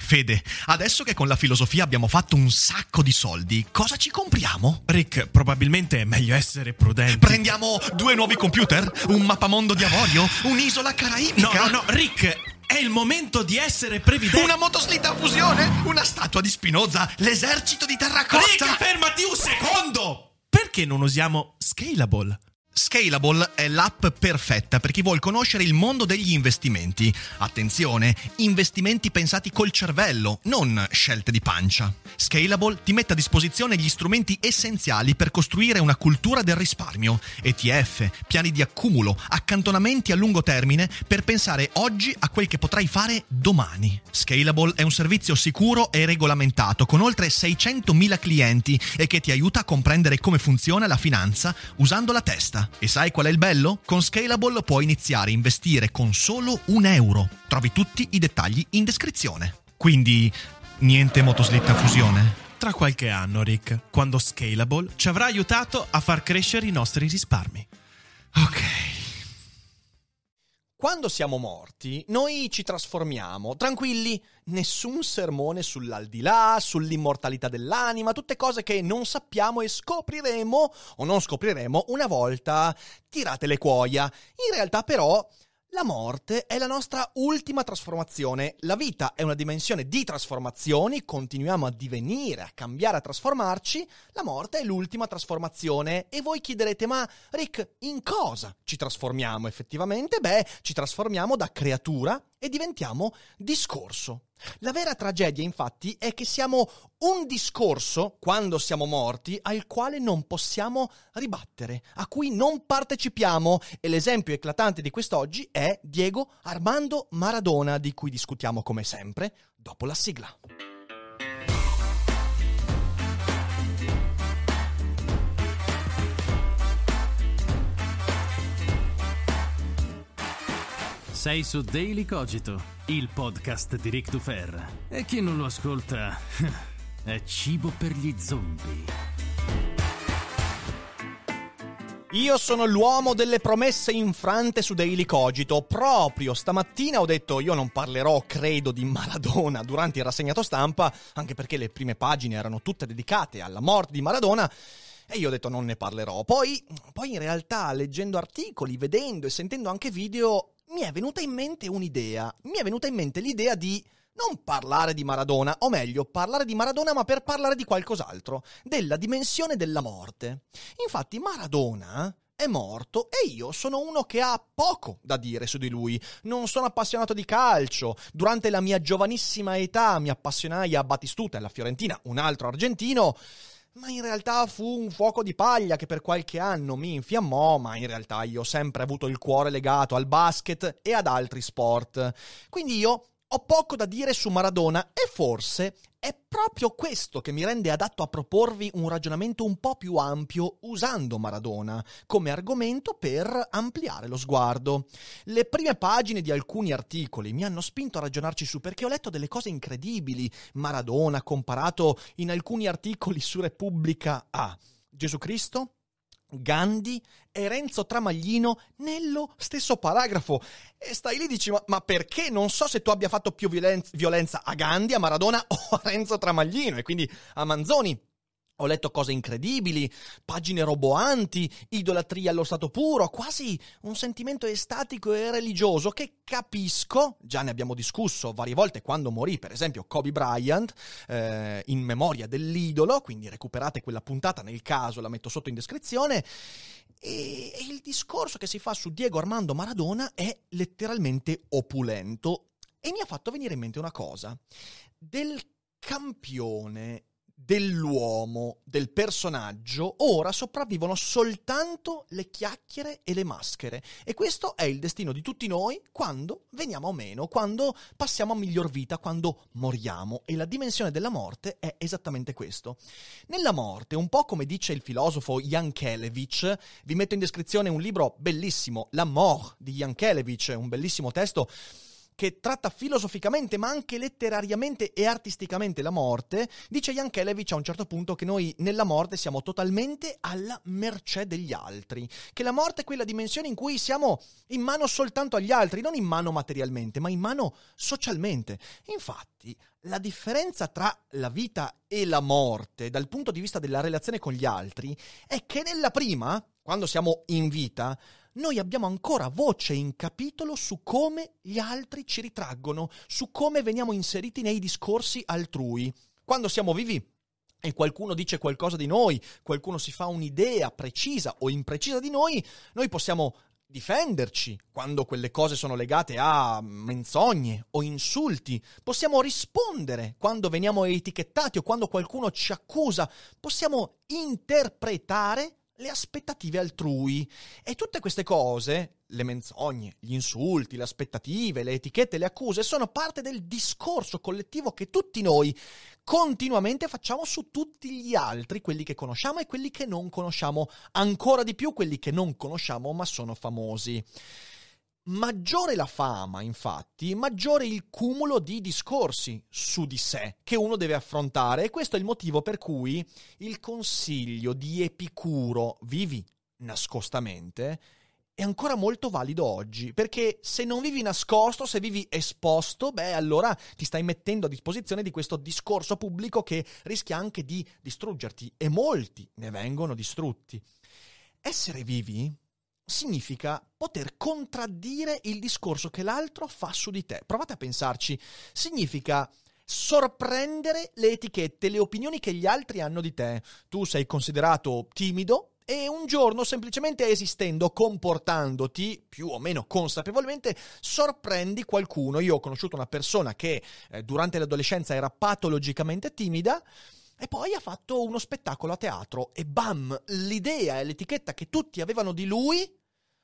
Fede, adesso che con la filosofia abbiamo fatto un sacco di soldi, cosa ci compriamo? Rick, probabilmente è meglio essere prudenti. Prendiamo 2 nuovi computer? Un mappamondo di avorio? Un'isola caraibica? No, Rick, è il momento di essere previdenti. Una motoslitta a fusione? Una statua di Spinoza? L'esercito di terracotta? Rick, fermati un secondo! Perché non usiamo Scalable? Scalable è l'app perfetta per chi vuol conoscere il mondo degli investimenti. Attenzione, investimenti pensati col cervello, non scelte di pancia. Scalable ti mette a disposizione gli strumenti essenziali per costruire una cultura del risparmio, ETF, piani di accumulo, accantonamenti a lungo termine per pensare oggi a quel che potrai fare domani. Scalable è un servizio sicuro e regolamentato con oltre 600.000 clienti e che ti aiuta a comprendere come funziona la finanza usando la testa. E sai qual è il bello? Con Scalable puoi iniziare a investire con solo €1. Trovi tutti i dettagli in descrizione. Quindi, niente motoslitta a fusione? Tra qualche anno, Rick, quando Scalable ci avrà aiutato a far crescere i nostri risparmi. Ok. Quando siamo morti, noi ci trasformiamo. Tranquilli, nessun sermone sull'aldilà, sull'immortalità dell'anima, tutte cose che non sappiamo e scopriremo o non scopriremo una volta tirate le cuoia. In realtà però la morte è la nostra ultima trasformazione. La vita è una dimensione di trasformazioni, continuiamo a divenire, a cambiare, a trasformarci. La morte è l'ultima trasformazione. E voi chiederete, ma Rick, in cosa ci trasformiamo effettivamente? Beh, ci trasformiamo da creatura e diventiamo discorso. La vera tragedia, infatti, è che siamo un discorso, quando siamo morti, al quale non possiamo ribattere, a cui non partecipiamo. E l'esempio eclatante di quest'oggi è Diego Armando Maradona, di cui discutiamo come sempre dopo la sigla. Sei su Daily Cogito, il podcast di Rick Dufer. E chi non lo ascolta è cibo per gli zombie. Io sono l'uomo delle promesse infrante su Daily Cogito. Proprio stamattina ho detto io non parlerò, credo, di Maradona durante il rassegnato stampa, anche perché le prime pagine erano tutte dedicate alla morte di Maradona. E io ho detto non ne parlerò. Poi in realtà, leggendo articoli, vedendo e sentendo anche video, mi è venuta in mente un'idea. Mi è venuta in mente l'idea di non parlare di Maradona, o meglio, parlare di Maradona ma per parlare di qualcos'altro, della dimensione della morte. Infatti Maradona è morto e io sono uno che ha poco da dire su di lui. Non sono appassionato di calcio. Durante la mia giovanissima età mi appassionai a Batistuta e alla Fiorentina, un altro argentino. Ma in realtà fu un fuoco di paglia che per qualche anno mi infiammò, ma in realtà io ho sempre avuto il cuore legato al basket e ad altri sport. Quindi io ho poco da dire su Maradona e forse è proprio questo che mi rende adatto a proporvi un ragionamento un po' più ampio usando Maradona come argomento per ampliare lo sguardo. Le prime pagine di alcuni articoli mi hanno spinto a ragionarci su perché ho letto delle cose incredibili. Maradona comparato in alcuni articoli su Repubblica a Gesù Cristo, Gandhi e Renzo Tramaglino nello stesso paragrafo. E stai lì e dici, ma perché? Non so se tu abbia fatto più violenza a Gandhi, a Maradona o a Renzo Tramaglino, e quindi a Manzoni. Ho letto cose incredibili, pagine roboanti, idolatria allo stato puro, quasi un sentimento estatico e religioso che capisco, già ne abbiamo discusso varie volte quando morì, per esempio Kobe Bryant, in memoria dell'idolo, quindi recuperate quella puntata nel caso, la metto sotto in descrizione, e il discorso che si fa su Diego Armando Maradona è letteralmente opulento e mi ha fatto venire in mente una cosa, del campione, dell'uomo, del personaggio, ora sopravvivono soltanto le chiacchiere e le maschere. E questo è il destino di tutti noi quando veniamo a meno, quando passiamo a miglior vita, quando moriamo. E la dimensione della morte è esattamente questo. Nella morte, un po' come dice il filosofo Yankelevich, vi metto in descrizione un libro bellissimo, La mort di Yankelevich, un bellissimo testo che tratta filosoficamente ma anche letterariamente e artisticamente la morte, dice Jan Kelevich a un certo punto che noi nella morte siamo totalmente alla mercé degli altri, che la morte è quella dimensione in cui siamo in mano soltanto agli altri, non in mano materialmente, ma in mano socialmente. Infatti, la differenza tra la vita e la morte dal punto di vista della relazione con gli altri è che nella prima, quando siamo in vita, noi abbiamo ancora voce in capitolo su come gli altri ci ritraggono, su come veniamo inseriti nei discorsi altrui. Quando siamo vivi e qualcuno dice qualcosa di noi, qualcuno si fa un'idea precisa o imprecisa di noi, noi possiamo difenderci quando quelle cose sono legate a menzogne o insulti, possiamo rispondere quando veniamo etichettati o quando qualcuno ci accusa, possiamo interpretare le aspettative altrui. E tutte queste cose, le menzogne, gli insulti, le aspettative, le etichette, le accuse, sono parte del discorso collettivo che tutti noi continuamente facciamo su tutti gli altri, quelli che conosciamo e quelli che non conosciamo, ancora di più quelli che non conosciamo ma sono famosi. Maggiore la fama, infatti, maggiore il cumulo di discorsi su di sé che uno deve affrontare, e questo è il motivo per cui il consiglio di Epicuro vivi nascostamente è ancora molto valido oggi, perché se non vivi nascosto, se vivi esposto, allora ti stai mettendo a disposizione di questo discorso pubblico che rischia anche di distruggerti, e molti ne vengono distrutti. Essere vivi significa poter contraddire il discorso che l'altro fa su di te. Provate a pensarci. Significa sorprendere le etichette, le opinioni che gli altri hanno di te. Tu sei considerato timido e un giorno, semplicemente esistendo, comportandoti più o meno consapevolmente, sorprendi qualcuno. Io ho conosciuto una persona che durante l'adolescenza era patologicamente timida e poi ha fatto uno spettacolo a teatro e bam, l'idea e l'etichetta che tutti avevano di lui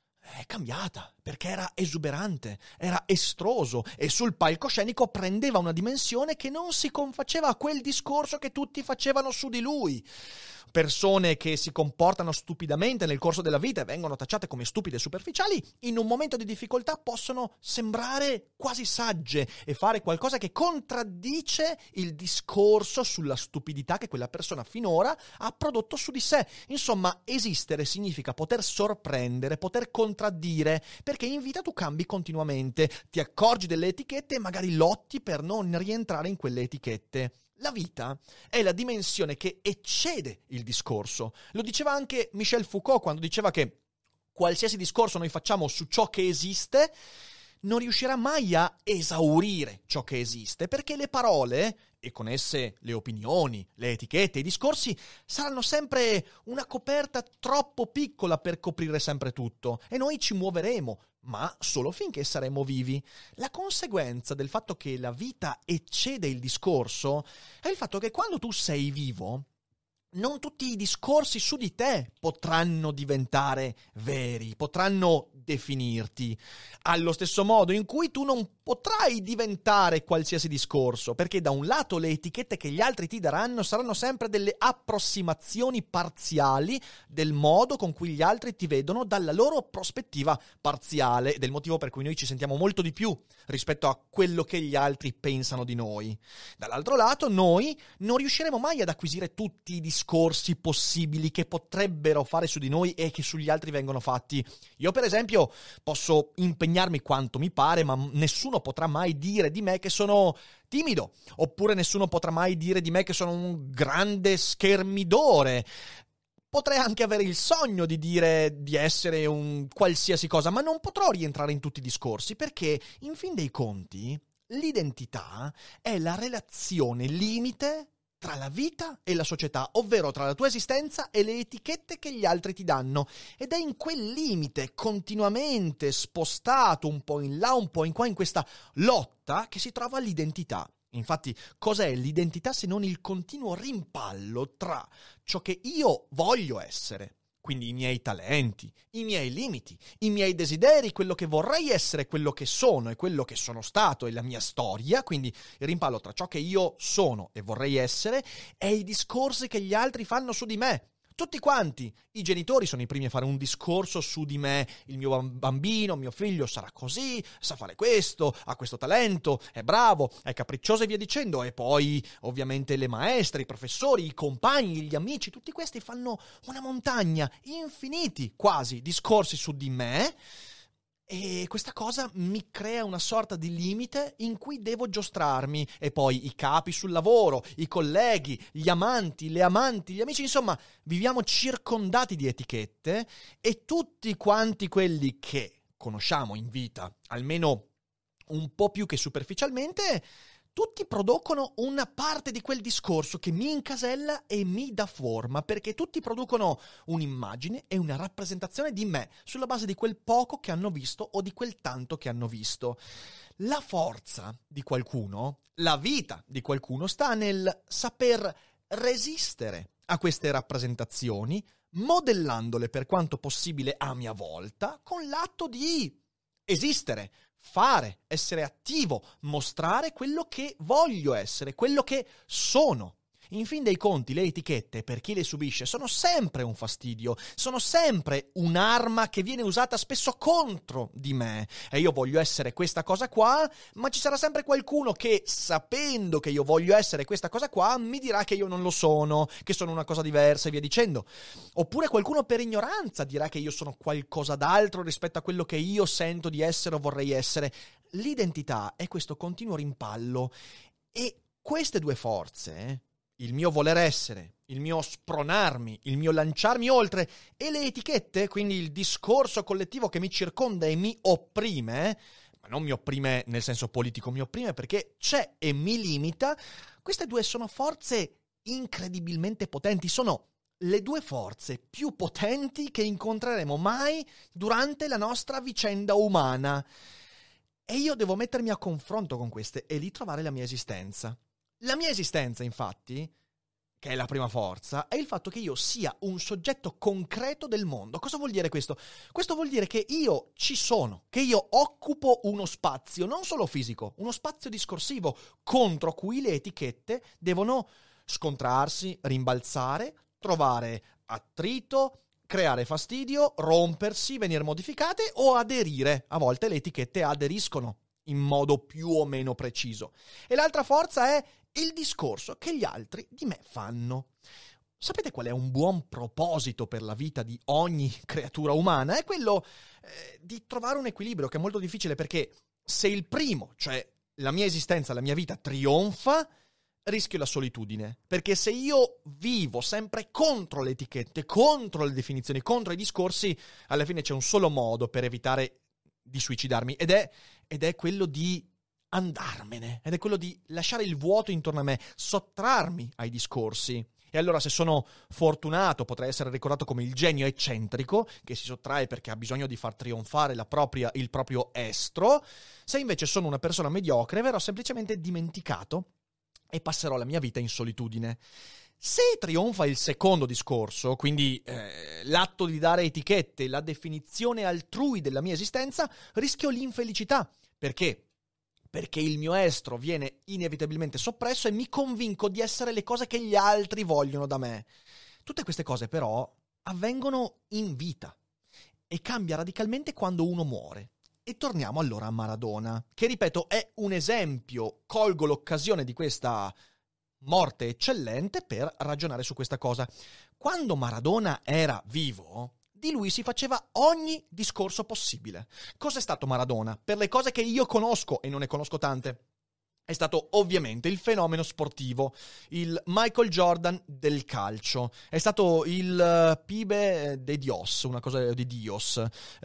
è cambiata, perché era esuberante, era estroso e sul palcoscenico prendeva una dimensione che non si confaceva a quel discorso che tutti facevano su di lui. Persone che si comportano stupidamente nel corso della vita e vengono tacciate come stupide e superficiali, in un momento di difficoltà possono sembrare quasi sagge e fare qualcosa che contraddice il discorso sulla stupidità che quella persona finora ha prodotto su di sé. Insomma, esistere significa poter sorprendere, poter contraddire, perché in vita tu cambi continuamente, ti accorgi delle etichette e magari lotti per non rientrare in quelle etichette. La vita è la dimensione che eccede il discorso. Lo diceva anche Michel Foucault quando diceva che qualsiasi discorso noi facciamo su ciò che esiste non riuscirà mai a esaurire ciò che esiste, perché le parole, e con esse le opinioni, le etichette, i discorsi, saranno sempre una coperta troppo piccola per coprire sempre tutto, e noi ci muoveremo, ma solo finché saremo vivi. La conseguenza del fatto che la vita eccede il discorso è il fatto che quando tu sei vivo, non tutti i discorsi su di te potranno diventare veri, potranno definirti, allo stesso modo in cui tu non potrai diventare qualsiasi discorso, perché da un lato le etichette che gli altri ti daranno saranno sempre delle approssimazioni parziali del modo con cui gli altri ti vedono dalla loro prospettiva parziale, del motivo per cui noi ci sentiamo molto di più rispetto a quello che gli altri pensano di noi. Dall'altro lato noi non riusciremo mai ad acquisire tutti i discorsi possibili che potrebbero fare su di noi e che sugli altri vengono fatti. Io per esempio posso impegnarmi quanto mi pare, ma nessuno potrà mai dire di me che sono timido, oppure nessuno potrà mai dire di me che sono un grande schermidore. Potrei anche avere il sogno di dire di essere un qualsiasi cosa, ma non potrò rientrare in tutti i discorsi, perché in fin dei conti l'identità è la relazione limite tra la vita e la società, ovvero tra la tua esistenza e le etichette che gli altri ti danno. Ed è in quel limite continuamente spostato un po' in là, un po' in qua, in questa lotta che si trova l'identità. Infatti, cos'è l'identità se non il continuo rimpallo tra ciò che io voglio essere, quindi i miei talenti, i miei limiti, i miei desideri, quello che vorrei essere, quello che sono e quello che sono stato e la mia storia, quindi il rimpallo tra ciò che io sono e vorrei essere e i discorsi che gli altri fanno su di me. Tutti quanti. I genitori sono i primi a fare un discorso su di me. Il mio bambino, mio figlio sarà così, sa fare questo, ha questo talento, è bravo, è capriccioso e via dicendo. E poi ovviamente le maestre, i professori, i compagni, gli amici, tutti questi fanno una montagna, infiniti quasi discorsi su di me. E questa cosa mi crea una sorta di limite in cui devo giostrarmi. E poi i capi sul lavoro, i colleghi, gli amanti, gli amici, insomma, viviamo circondati di etichette e tutti quanti quelli che conosciamo in vita, almeno un po' più che superficialmente, tutti producono una parte di quel discorso che mi incasella e mi dà forma, perché tutti producono un'immagine e una rappresentazione di me sulla base di quel poco che hanno visto o di quel tanto che hanno visto. La forza di qualcuno, la vita di qualcuno sta nel saper resistere a queste rappresentazioni, modellandole per quanto possibile a mia volta, con l'atto di esistere, fare, essere attivo, mostrare quello che voglio essere, quello che sono. In fin dei conti, le etichette, per chi le subisce, sono sempre un fastidio, sono sempre un'arma che viene usata spesso contro di me. E io voglio essere questa cosa qua, ma ci sarà sempre qualcuno che, sapendo che io voglio essere questa cosa qua, mi dirà che io non lo sono, che sono una cosa diversa e via dicendo. Oppure qualcuno per ignoranza dirà che io sono qualcosa d'altro rispetto a quello che io sento di essere o vorrei essere. L'identità è questo continuo rimpallo e queste due forze, il mio voler essere, il mio spronarmi, il mio lanciarmi oltre e le etichette, quindi il discorso collettivo che mi circonda e mi opprime, ma non mi opprime nel senso politico, mi opprime perché c'è e mi limita, queste due sono forze incredibilmente potenti, sono le due forze più potenti che incontreremo mai durante la nostra vicenda umana. E io devo mettermi a confronto con queste e lì trovare la mia esistenza. La mia esistenza, infatti, che è la prima forza, è il fatto che io sia un soggetto concreto del mondo. Cosa vuol dire questo? Questo vuol dire che io ci sono, che io occupo uno spazio, non solo fisico, uno spazio discorsivo contro cui le etichette devono scontrarsi, rimbalzare, trovare attrito, creare fastidio, rompersi, venire modificate o aderire. A volte le etichette aderiscono in modo più o meno preciso. E l'altra forza è il discorso che gli altri di me fanno. Sapete qual è un buon proposito per la vita di ogni creatura umana? È quello di trovare un equilibrio che è molto difficile, perché se il primo, cioè la mia esistenza, la mia vita, trionfa, rischio la solitudine. Perché se io vivo sempre contro le etichette, contro le definizioni, contro i discorsi, alla fine c'è un solo modo per evitare di suicidarmi ed è quello di andarmene, ed è quello di lasciare il vuoto intorno a me, sottrarmi ai discorsi. E allora, se sono fortunato, potrei essere ricordato come il genio eccentrico che si sottrae perché ha bisogno di far trionfare il proprio estro. Se invece sono una persona mediocre, verrò semplicemente dimenticato e passerò la mia vita in solitudine. Se trionfa il secondo discorso, quindi l'atto di dare etichette, la definizione altrui della mia esistenza, rischio l'infelicità. Perché? Perché il mio estro viene inevitabilmente soppresso e mi convinco di essere le cose che gli altri vogliono da me. Tutte queste cose però avvengono in vita e cambia radicalmente quando uno muore. E torniamo allora a Maradona, che ripeto è un esempio, colgo l'occasione di questa morte eccellente per ragionare su questa cosa. Quando Maradona era vivo, di lui si faceva ogni discorso possibile. Cos'è stato Maradona? Per le cose che io conosco, e non ne conosco tante, è stato ovviamente il fenomeno sportivo, il Michael Jordan del calcio, è stato il pibe de Dios, una cosa di Dios,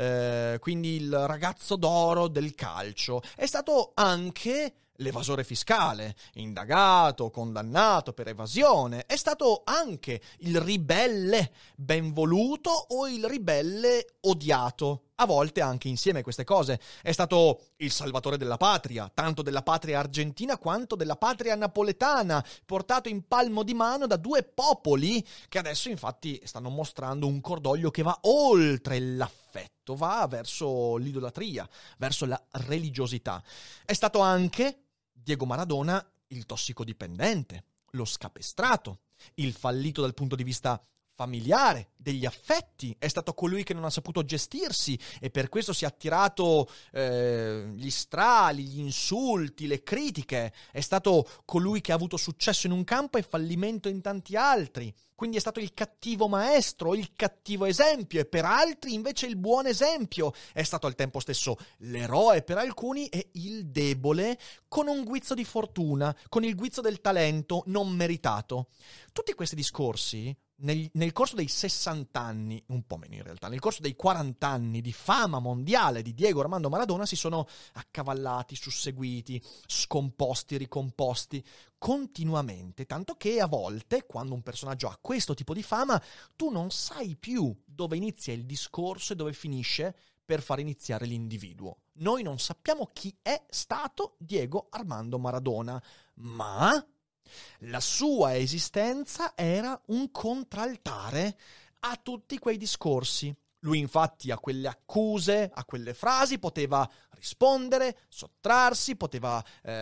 quindi il ragazzo d'oro del calcio, è stato anche l'evasore fiscale, indagato, condannato per evasione, è stato anche il ribelle ben voluto o il ribelle odiato, a volte anche insieme queste cose. È stato il salvatore della patria, tanto della patria argentina quanto della patria napoletana, portato in palmo di mano da due popoli che adesso infatti stanno mostrando un cordoglio che va oltre l'affetto, va verso l'idolatria, verso la religiosità. È stato anche Diego Maradona il tossicodipendente, lo scapestrato, il fallito dal punto di vista familiare, degli affetti, è stato colui che non ha saputo gestirsi e per questo si è attirato gli strali, gli insulti, le critiche, è stato colui che ha avuto successo in un campo e fallimento in tanti altri, quindi è stato il cattivo maestro, il cattivo esempio e per altri invece il buon esempio, è stato al tempo stesso l'eroe per alcuni e il debole con un guizzo di fortuna, con il guizzo del talento non meritato. Tutti questi discorsi nel corso dei 60 anni, un po' meno in realtà, nel corso dei 40 anni di fama mondiale di Diego Armando Maradona si sono accavallati, susseguiti, scomposti, ricomposti continuamente, tanto che a volte, quando un personaggio ha questo tipo di fama, tu non sai più dove inizia il discorso e dove finisce per far iniziare l'individuo. Noi non sappiamo chi è stato Diego Armando Maradona, ma la sua esistenza era un contraltare a tutti quei discorsi. Lui infatti a quelle accuse, a quelle frasi poteva rispondere, sottrarsi, poteva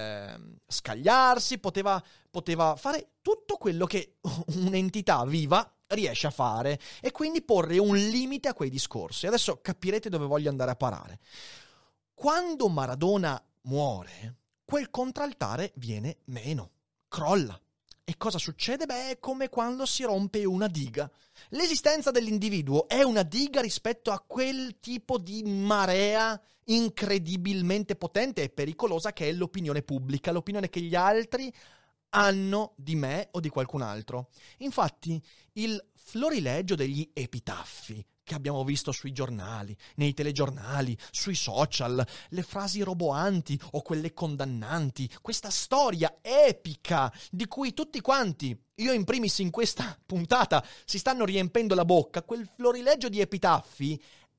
scagliarsi, poteva fare tutto quello che un'entità viva riesce a fare e quindi porre un limite a quei discorsi. Adesso capirete dove voglio andare a parare. Quando Maradona muore, quel contraltare viene meno. Crolla. E cosa succede? Beh, è come quando si rompe una diga. L'esistenza dell'individuo è una diga rispetto a quel tipo di marea incredibilmente potente e pericolosa che è l'opinione pubblica, l'opinione che gli altri hanno di me o di qualcun altro. Infatti, il florilegio degli epitaffi che abbiamo visto sui giornali, nei telegiornali, sui social, le frasi roboanti o quelle condannanti, questa storia epica di cui tutti quanti, io in primis in questa puntata, si stanno riempendo la bocca, quel florilegio di epitaffi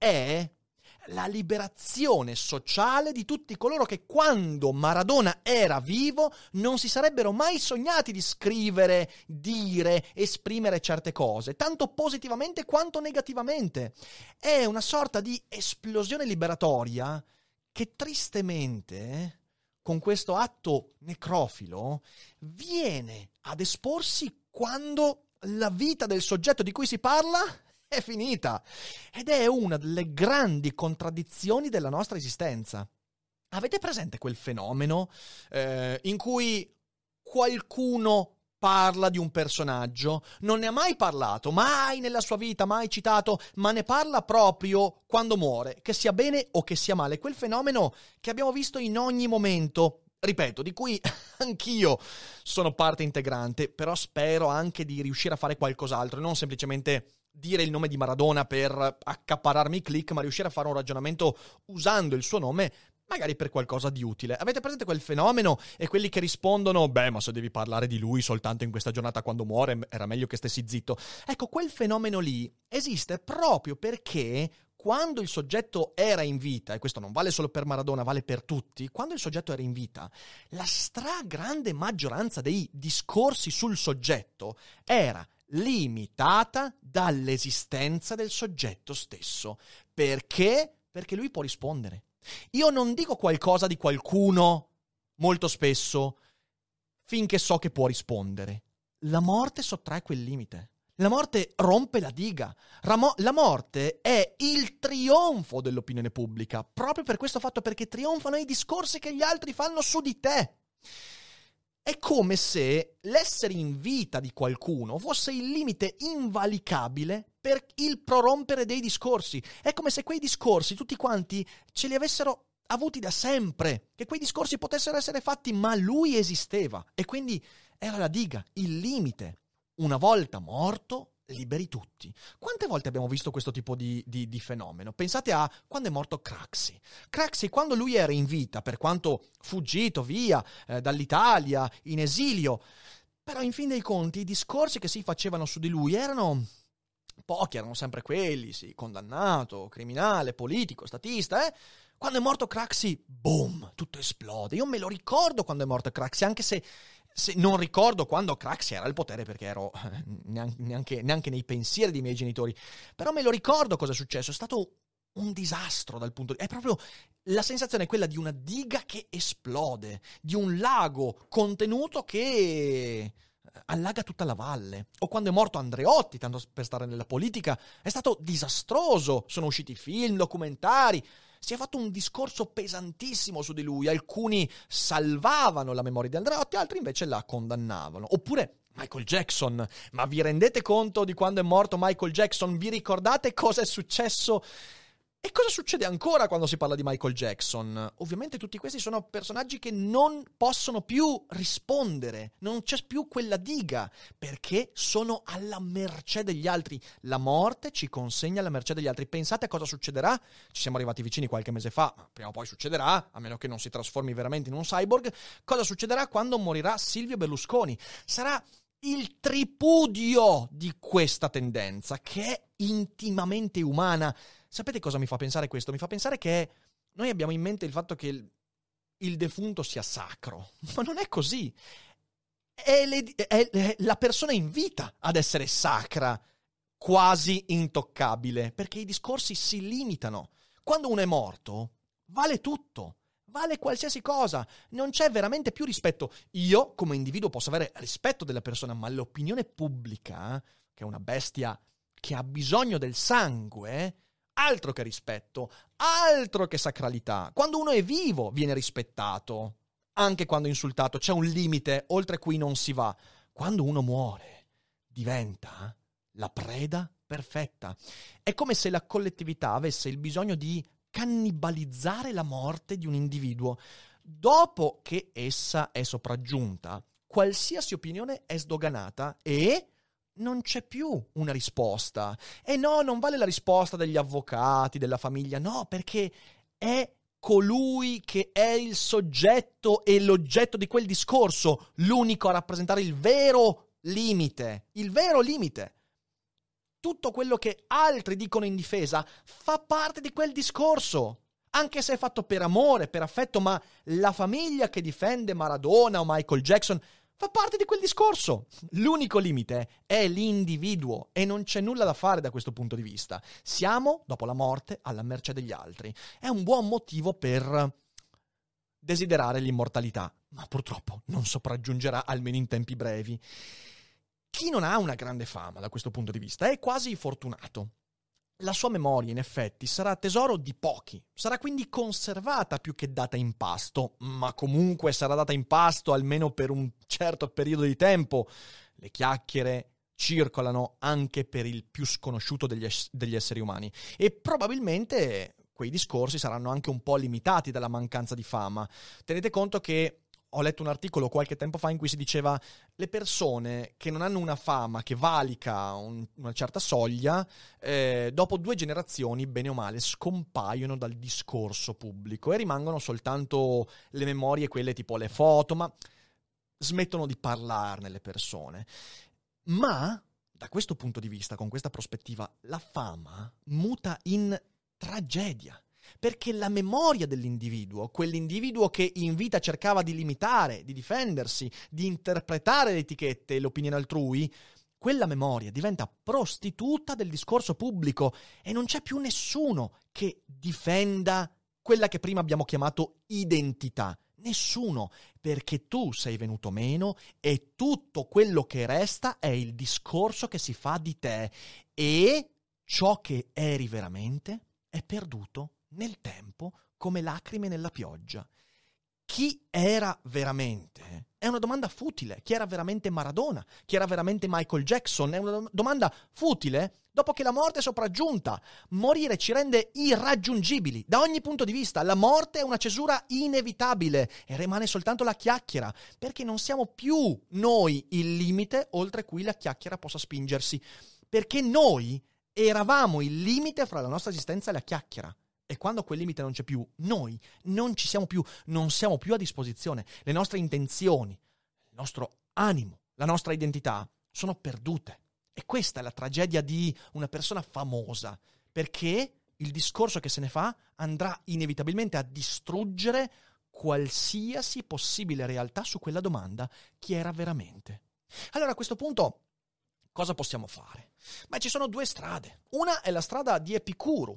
è la liberazione sociale di tutti coloro che quando Maradona era vivo non si sarebbero mai sognati di scrivere, dire, esprimere certe cose, tanto positivamente quanto negativamente. È una sorta di esplosione liberatoria che tristemente, con questo atto necrofilo, viene ad esporsi quando la vita del soggetto di cui si parla è finita. Ed è una delle grandi contraddizioni della nostra esistenza. Avete presente quel fenomeno in cui qualcuno parla di un personaggio, non ne ha mai parlato, mai nella sua vita, mai citato, ma ne parla proprio quando muore, che sia bene o che sia male. Quel fenomeno che abbiamo visto in ogni momento, ripeto, di cui anch'io sono parte integrante, però spero anche di riuscire a fare qualcos'altro, non semplicemente dire il nome di Maradona per accaparrarmi i click, ma riuscire a fare un ragionamento usando il suo nome magari per qualcosa di utile. Avete presente quel fenomeno e quelli che rispondono beh, ma se devi parlare di lui soltanto in questa giornata quando muore era meglio che stessi zitto. Ecco, quel fenomeno lì esiste proprio perché quando il soggetto era in vita, e questo non vale solo per Maradona, vale per tutti, quando il soggetto era in vita, la stragrande maggioranza dei discorsi sul soggetto era limitata dall'esistenza del soggetto stesso. Perché? Perché lui può rispondere. Io non dico qualcosa di qualcuno molto spesso finché so che può rispondere. La morte sottrae quel limite. La morte rompe la diga. La morte è il trionfo dell'opinione pubblica, proprio per questo fatto, perché trionfano i discorsi che gli altri fanno su di te. È come se l'essere in vita di qualcuno fosse il limite invalicabile per il prorompere dei discorsi. È come se quei discorsi tutti quanti ce li avessero avuti da sempre, che quei discorsi potessero essere fatti, ma lui esisteva e quindi era la diga, il limite. Una volta morto, liberi tutti. Quante volte abbiamo visto questo tipo di fenomeno? Pensate a quando è morto Craxi. Craxi, quando lui era in vita, per quanto fuggito via dall'Italia, in esilio, però in fin dei conti i discorsi che si facevano su di lui erano pochi, erano sempre quelli, sì, condannato, criminale, politico, statista, Quando è morto Craxi, boom, tutto esplode. Io me lo ricordo quando è morto Craxi, anche se non ricordo quando Craxi era al potere, perché ero neanche nei pensieri dei miei genitori, però me lo ricordo cosa è successo. È stato un disastro dal punto di... È proprio la sensazione è quella di una diga che esplode, di un lago contenuto che allaga tutta la valle. O quando è morto Andreotti, tanto per stare nella politica, è stato disastroso. Sono usciti film, documentari. Si è fatto un discorso pesantissimo su di lui. Alcuni salvavano la memoria di Andreotti, altri invece la condannavano. Oppure Michael Jackson. Ma vi rendete conto di quando è morto Michael Jackson? Vi ricordate cosa è successo? E cosa succede ancora quando si parla di Michael Jackson? Ovviamente tutti questi sono personaggi che non possono più rispondere, non c'è più quella diga, perché sono alla mercé degli altri. La morte ci consegna alla mercé degli altri. Pensate a cosa succederà? Ci siamo arrivati vicini qualche mese fa, ma prima o poi succederà, a meno che non si trasformi veramente in un cyborg. Cosa succederà quando morirà Silvio Berlusconi? Sarà il tripudio di questa tendenza, che è intimamente umana. Sapete cosa mi fa pensare questo? Mi fa pensare che noi abbiamo in mente il fatto che il defunto sia sacro, ma non è così. È la persona in vita ad essere sacra, quasi intoccabile, perché i discorsi si limitano. Quando uno è morto, vale tutto. Vale qualsiasi cosa, non c'è veramente più rispetto. Io, come individuo, posso avere rispetto della persona, ma l'opinione pubblica, che è una bestia che ha bisogno del sangue, altro che rispetto, altro che sacralità. Quando uno è vivo viene rispettato, anche quando è insultato, c'è un limite oltre cui non si va. Quando uno muore, diventa la preda perfetta. È come se la collettività avesse il bisogno di cannibalizzare la morte di un individuo. Dopo che essa è sopraggiunta, qualsiasi opinione è sdoganata e non c'è più una risposta. E no, non vale la risposta degli avvocati, della famiglia, no, perché è colui che è il soggetto e l'oggetto di quel discorso, l'unico a rappresentare il vero limite. Il vero limite. Tutto quello che altri dicono in difesa fa parte di quel discorso, anche se è fatto per amore, per affetto, ma la famiglia che difende Maradona o Michael Jackson fa parte di quel discorso. L'unico limite è l'individuo e non c'è nulla da fare da questo punto di vista. Siamo, dopo la morte, alla mercé degli altri. È un buon motivo per desiderare l'immortalità, ma purtroppo non sopraggiungerà, almeno in tempi brevi. Chi non ha una grande fama da questo punto di vista è quasi fortunato. La sua memoria, in effetti, sarà tesoro di pochi. Sarà quindi conservata più che data in pasto, ma comunque sarà data in pasto almeno per un certo periodo di tempo. Le chiacchiere circolano anche per il più sconosciuto degli esseri umani e probabilmente quei discorsi saranno anche un po' limitati dalla mancanza di fama. Tenete conto che ho letto un articolo qualche tempo fa in cui si diceva le persone che non hanno una fama che valica una certa soglia, dopo 2 generazioni, bene o male, scompaiono dal discorso pubblico e rimangono soltanto le memorie, quelle tipo le foto, ma smettono di parlarne le persone. Ma, da questo punto di vista, con questa prospettiva, la fama muta in tragedia. Perché la memoria dell'individuo, quell'individuo che in vita cercava di limitare, di difendersi, di interpretare le etichette e l'opinione altrui, quella memoria diventa prostituta del discorso pubblico e non c'è più nessuno che difenda quella che prima abbiamo chiamato identità. Nessuno, perché tu sei venuto meno e tutto quello che resta è il discorso che si fa di te e ciò che eri veramente è perduto nel tempo come lacrime nella pioggia. Chi era veramente? È una domanda futile. Chi era veramente Maradona? Chi era veramente Michael Jackson? È una domanda futile dopo che la morte è sopraggiunta. Morire ci rende irraggiungibili da ogni punto di vista. La morte è una cesura inevitabile e rimane soltanto la chiacchiera, perché non siamo più noi il limite oltre cui la chiacchiera possa spingersi, perché noi eravamo il limite fra la nostra esistenza e la chiacchiera. E quando quel limite non c'è più, noi non ci siamo più, non siamo più a disposizione. Le nostre intenzioni, il nostro animo, la nostra identità sono perdute. E questa è la tragedia di una persona famosa, perché il discorso che se ne fa andrà inevitabilmente a distruggere qualsiasi possibile realtà su quella domanda: chi era veramente? Allora, a questo punto, cosa possiamo fare? Ma ci sono 2 strade. Una è la strada di Epicuro,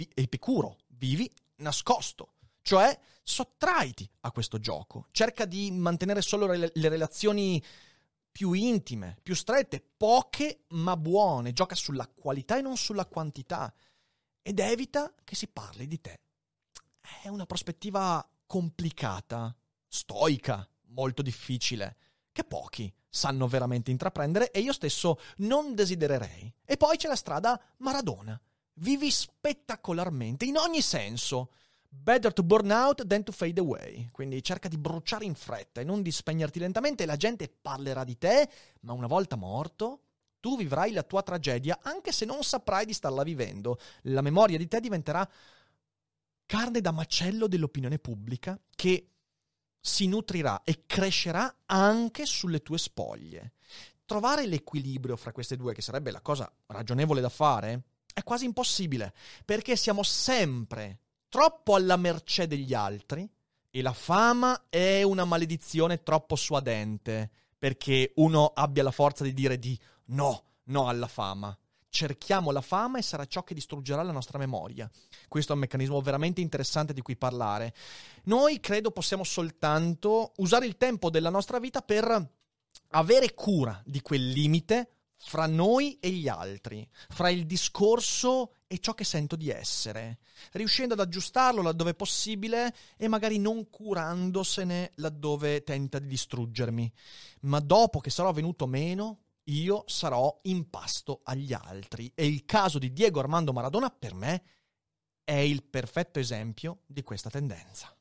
vivi nascosto, cioè sottraiti a questo gioco, cerca di mantenere solo le relazioni più intime, più strette, poche ma buone. Gioca sulla qualità e non sulla quantità. Ed evita che si parli di te. È una prospettiva complicata, stoica, molto difficile, che pochi sanno veramente intraprendere e io stesso non desidererei. E poi c'è la strada Maradona. Vivi spettacolarmente, in ogni senso. Better to burn out than to fade away. Quindi cerca di bruciare in fretta e non di spegnerti lentamente. La gente parlerà di te, ma una volta morto, tu vivrai la tua tragedia, anche se non saprai di starla vivendo. La memoria di te diventerà carne da macello dell'opinione pubblica che si nutrirà e crescerà anche sulle tue spoglie. Trovare l'equilibrio fra queste due, che sarebbe la cosa ragionevole da fare, è quasi impossibile, perché siamo sempre troppo alla mercé degli altri e la fama è una maledizione troppo suadente perché uno abbia la forza di dire di no alla fama. Cerchiamo la fama e sarà ciò che distruggerà la nostra memoria. Questo è un meccanismo veramente interessante di cui parlare. Noi credo possiamo soltanto usare il tempo della nostra vita per avere cura di quel limite fra noi e gli altri, fra il discorso e ciò che sento di essere, riuscendo ad aggiustarlo laddove possibile e magari non curandosene laddove tenta di distruggermi. Ma dopo che sarò venuto meno, io sarò in pasto agli altri. E il caso di Diego Armando Maradona, per me, è il perfetto esempio di questa tendenza.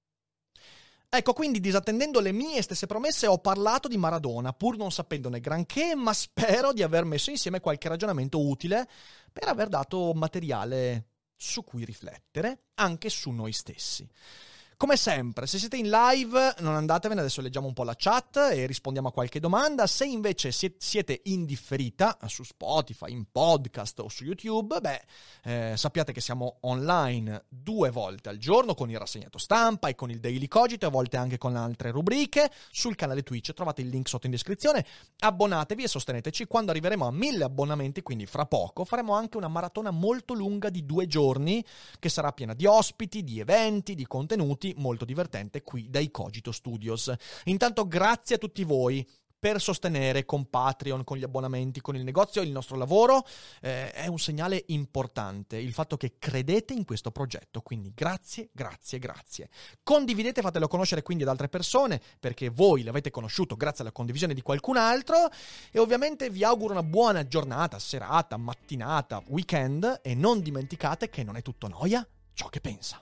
Ecco, quindi, disattendendo le mie stesse promesse, ho parlato di Maradona, pur non sapendone granché, ma spero di aver messo insieme qualche ragionamento utile per aver dato materiale su cui riflettere, anche su noi stessi. Come sempre, se siete in live, non andatevene, adesso leggiamo un po' la chat e rispondiamo a qualche domanda. Se invece siete in differita, su Spotify, in podcast o su YouTube, sappiate che siamo online 2 volte al giorno con il rassegnato stampa e con il Daily Cogito, e a volte anche con altre rubriche. Sul canale Twitch trovate il link sotto in descrizione. Abbonatevi e sosteneteci. Quando arriveremo a 1000 abbonamenti, quindi fra poco, faremo anche una maratona molto lunga di 2 giorni, che sarà piena di ospiti, di eventi, di contenuti, molto divertente qui dai Cogito Studios. Intanto grazie a tutti voi per sostenere con Patreon, con gli abbonamenti, con il negozio il nostro lavoro. È un segnale importante il fatto che credete in questo progetto, quindi grazie. Condividete, fatelo conoscere quindi ad altre persone, perché voi l'avete conosciuto grazie alla condivisione di qualcun altro, e ovviamente vi auguro una buona giornata, serata, mattinata, weekend, e non dimenticate che non è tutto noia ciò che pensa.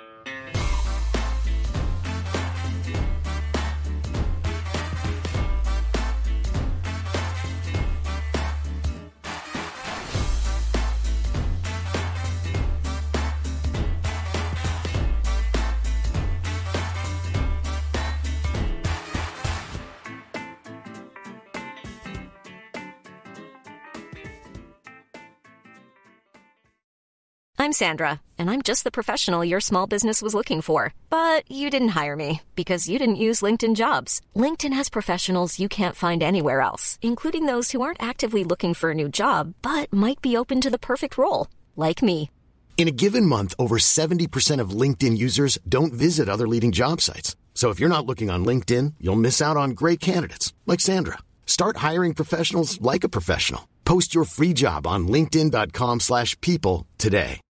I'm Sandra, and I'm just the professional your small business was looking for. But you didn't hire me because you didn't use LinkedIn Jobs. LinkedIn has professionals you can't find anywhere else, including those who aren't actively looking for a new job, but might be open to the perfect role, like me. In a given month, over 70% of LinkedIn users don't visit other leading job sites. So if you're not looking on LinkedIn, you'll miss out on great candidates like Sandra. Start hiring professionals like a professional. Post your free job on linkedin.com/people today.